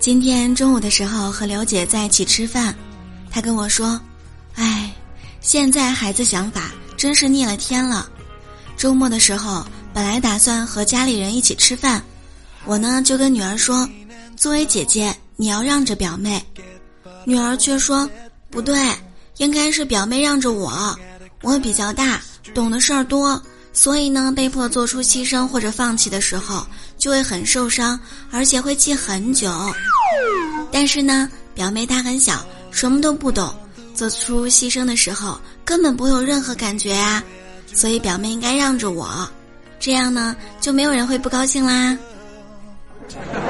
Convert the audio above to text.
今天中午的时候和刘姐在一起吃饭，她跟我说，哎，现在孩子想法真是逆了天了。周末的时候本来打算和家里人一起吃饭，我呢就跟女儿说，作为姐姐你要让着表妹。女儿却说，不对，应该是表妹让着我比较大，懂的事儿多，所以呢被迫做出牺牲或者放弃的时候就会很受伤，而且会记很久。但是呢表妹她很小，什么都不懂，做出牺牲的时候根本不会有任何感觉啊，所以表妹应该让着我，这样呢就没有人会不高兴啦。